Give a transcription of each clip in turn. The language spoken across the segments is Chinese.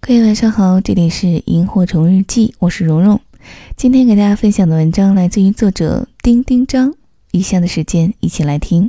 各位晚上好，这里是萤火虫日记，我是蓉蓉。今天给大家分享的文章来自于作者丁丁张，以下的时间一起来听。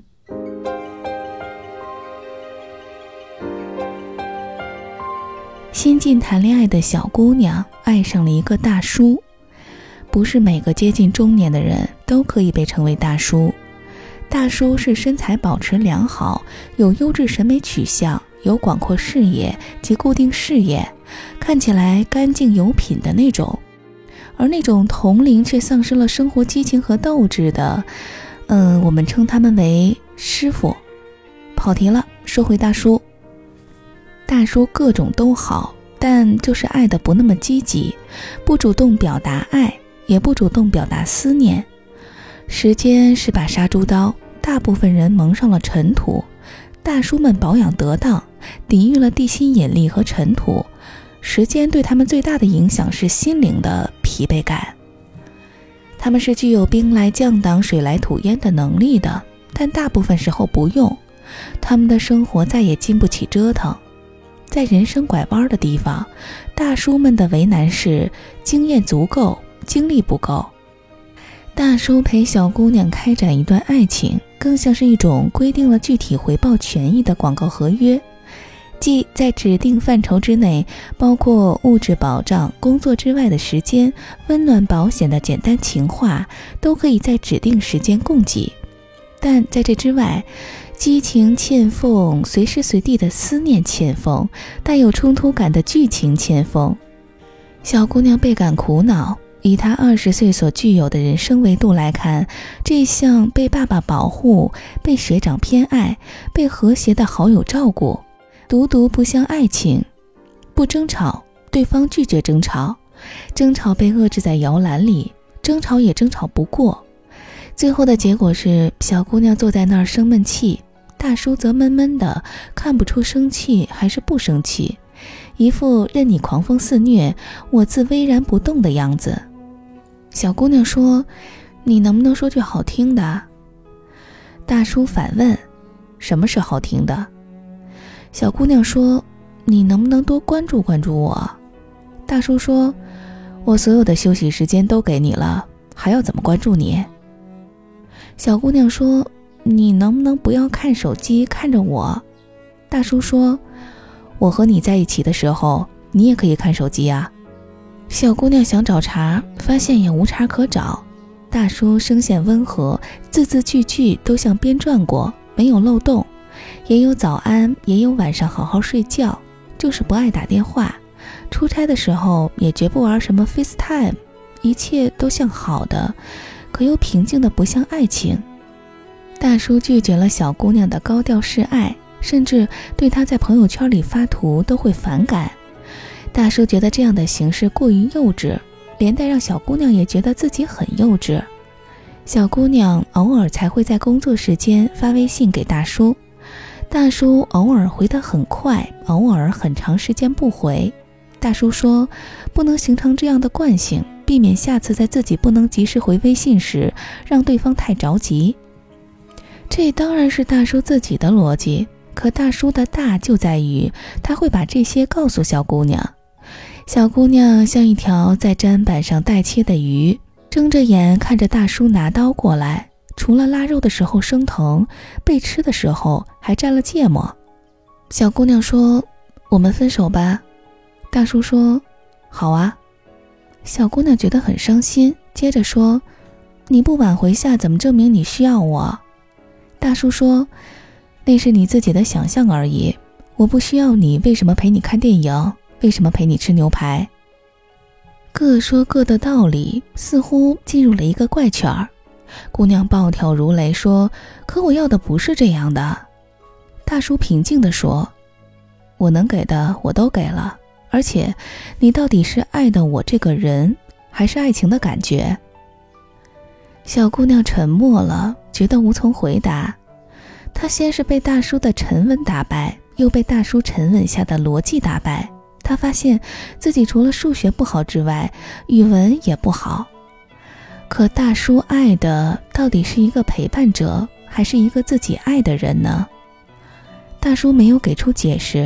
新近谈恋爱的小姑娘爱上了一个大叔，不是每个接近中年的人都可以被称为大叔。大叔是身材保持良好，有优质审美取向，有广阔视野及固定视野，看起来干净有品的那种。而那种同龄却丧失了生活激情和斗志的，我们称他们为师傅。跑题了，说回大叔。大叔各种都好，但就是爱的不那么积极，不主动表达爱，也不主动表达思念。时间是把杀猪刀，大部分人蒙上了尘土。大叔们保养得当，抵御了地心引力和尘土。时间对他们最大的影响是心灵的疲惫感。他们是具有兵来将挡水来土掩的能力的，但大部分时候不用。他们的生活再也经不起折腾。在人生拐弯的地方，大叔们的为难是经验足够，精力不够。大叔陪小姑娘开展一段爱情，更像是一种规定了具体回报权益的广告合约，即在指定范畴之内，包括物质保障、工作之外的时间、温暖保险的简单情话，都可以在指定时间供给。但在这之外，激情欠奉，随时随地的思念欠奉，带有冲突感的剧情欠奉。小姑娘倍感苦恼，以她20岁所具有的人生维度来看，这项被爸爸保护、被学长偏爱、被和谐的好友照顾，独不像爱情。不争吵，对方拒绝争吵，争吵被遏制在摇篮里，争吵也争吵不过。最后的结果是，小姑娘坐在那儿生闷气，大叔则闷闷的，看不出生气还是不生气，一副任你狂风肆虐，我自巍然不动的样子。小姑娘说：“你能不能说句好听的？”大叔反问：“什么是好听的？”小姑娘说：“你能不能多关注关注我？”大叔说：“我所有的休息时间都给你了，还要怎么关注你？”小姑娘说：“你能不能不要看手机看着我？”大叔说：“我和你在一起的时候，你也可以看手机啊。”小姑娘想找茬，发现也无茬可找。大叔声线温和，字字句句都像编撰过，没有漏洞，也有早安，也有晚上好好睡觉，就是不爱打电话。出差的时候也绝不玩什么 FaceTime， 一切都像好的，可又平静的不像爱情。大叔拒绝了小姑娘的高调示爱，甚至对她在朋友圈里发图都会反感。大叔觉得这样的形式过于幼稚，连带让小姑娘也觉得自己很幼稚。小姑娘偶尔才会在工作时间发微信给大叔，大叔偶尔回得很快，偶尔很长时间不回。大叔说，不能形成这样的惯性，避免下次在自己不能及时回微信时，让对方太着急。这当然是大叔自己的逻辑，可大叔的大就在于他会把这些告诉小姑娘。小姑娘像一条在砧板上待切的鱼，睁着眼看着大叔拿刀过来，除了拉肉的时候生疼，被吃的时候还沾了芥末。小姑娘说：“我们分手吧。”大叔说：“好啊。”小姑娘觉得很伤心，接着说：“你不挽回下怎么证明你需要我？”大叔说：“那是你自己的想象而已，我不需要你，为什么陪你看电影？为什么陪你吃牛排？”各说各的道理，似乎进入了一个怪圈儿。姑娘暴跳如雷说：“可我要的不是这样的。”大叔平静地说：“我能给的我都给了，而且你到底是爱的我这个人，还是爱情的感觉？”小姑娘沉默了，觉得无从回答。她先是被大叔的沉稳打败，又被大叔沉稳下的逻辑打败。她发现自己除了数学不好之外，语文也不好。可大叔爱的到底是一个陪伴者，还是一个自己爱的人呢？大叔没有给出解释，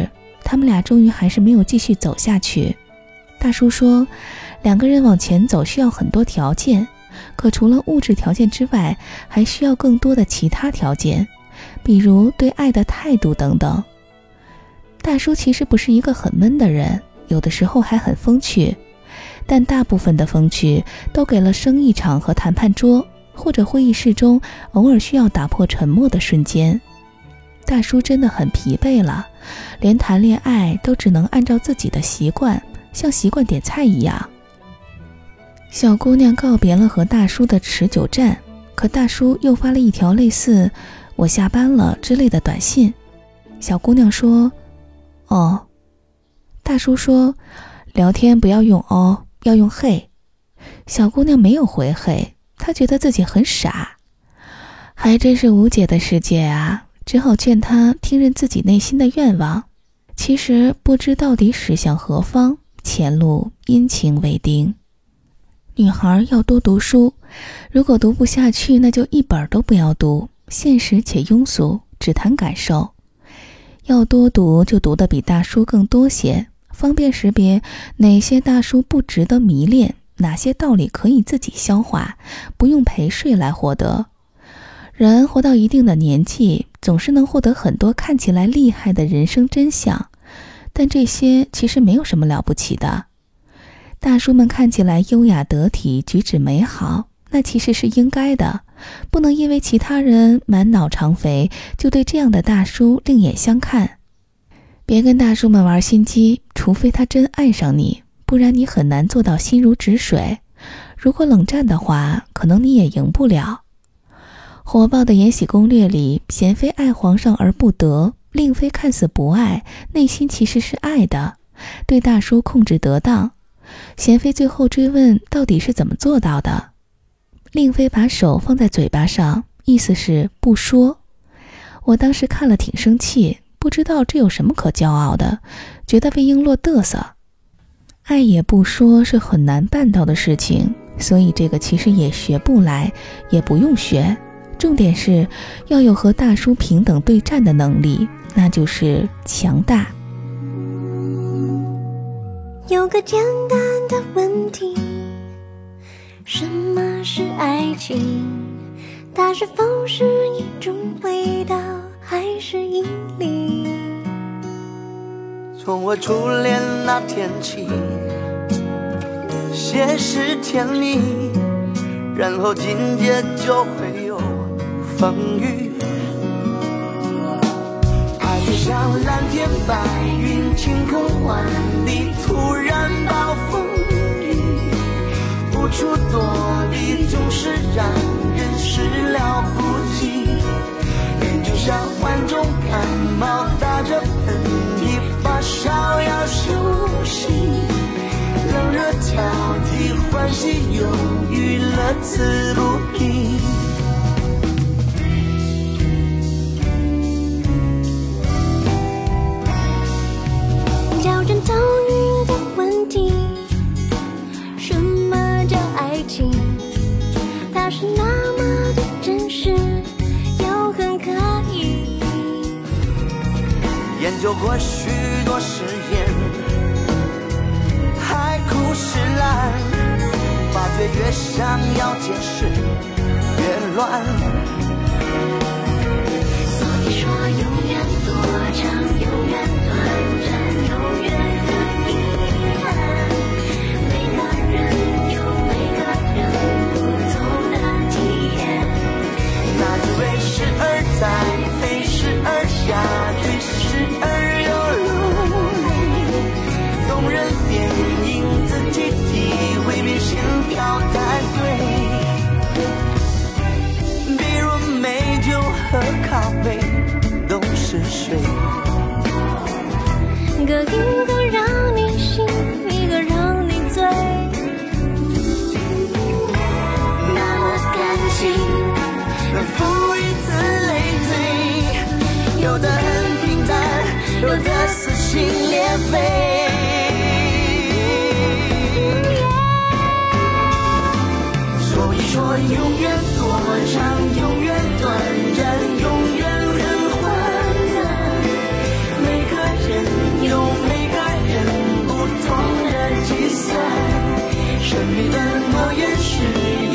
他们俩终于还是没有继续走下去。大叔说，两个人往前走需要很多条件，可除了物质条件之外，还需要更多的其他条件，比如对爱的态度等等。大叔其实不是一个很闷的人，有的时候还很风趣，但大部分的风趣都给了生意场和谈判桌或者会议室中偶尔需要打破沉默的瞬间。大叔真的很疲惫了，连谈恋爱都只能按照自己的习惯，像习惯点菜一样。小姑娘告别了和大叔的持久战，可大叔又发了一条类似我下班了之类的短信。小姑娘说哦。大叔说聊天不要用哦，要用嘿。小姑娘没有回嘿，她觉得自己很傻。还真是无解的世界啊，只好劝她听任自己内心的愿望。其实不知到底驶向何方，前路阴晴为定。女孩要多读书，如果读不下去，那就一本都不要读，现实且庸俗，只谈感受。要多读就读得比大叔更多些，方便识别哪些大叔不值得迷恋，哪些道理可以自己消化，不用陪睡来获得。人活到一定的年纪，总是能获得很多看起来厉害的人生真相，但这些其实没有什么了不起的。大叔们看起来优雅得体，举止美好，那其实是应该的，不能因为其他人满脑肠肥，就对这样的大叔另眼相看。别跟大叔们玩心机，除非他真爱上你，不然你很难做到心如止水。如果冷战的话，可能你也赢不了。火爆的《延禧攻略》里，娴妃爱皇上而不得，令妃看似不爱，内心其实是爱的，对大叔控制得当。娴妃最后追问到底是怎么做到的，令妃把手放在嘴巴上，意思是不说。我当时看了挺生气，不知道这有什么可骄傲的，觉得魏璎珞嘚瑟。爱也不说是很难办到的事情，所以这个其实也学不来，也不用学。重点是要有和大叔平等对战的能力，那就是强大。 有个简单的问题，什么是爱情？它是否是一种味道，还是引力？ 从我初恋那天起，先是甜蜜，然后紧接就会有风雨。爱就像蓝天白云，晴空万里，突然暴风雨，无处躲避，总是让人始料不及。人就像患重感冒，打着喷嚏，发烧要休息，冷热交替，欢喜忧郁，乐此不疲。 较真遭遇的问题，什么叫爱情？它是那么的真实，又很可疑。 研究过许多实验，海枯石烂，发觉越想要解释越乱。 所以说永远多长，永远短暂，永远的遗憾。每个人有每个人不同的体验。 那滋味时而在，飞时而下，追时而又流泪。动人电影自己体会，比心跳才对。比如你的诺言是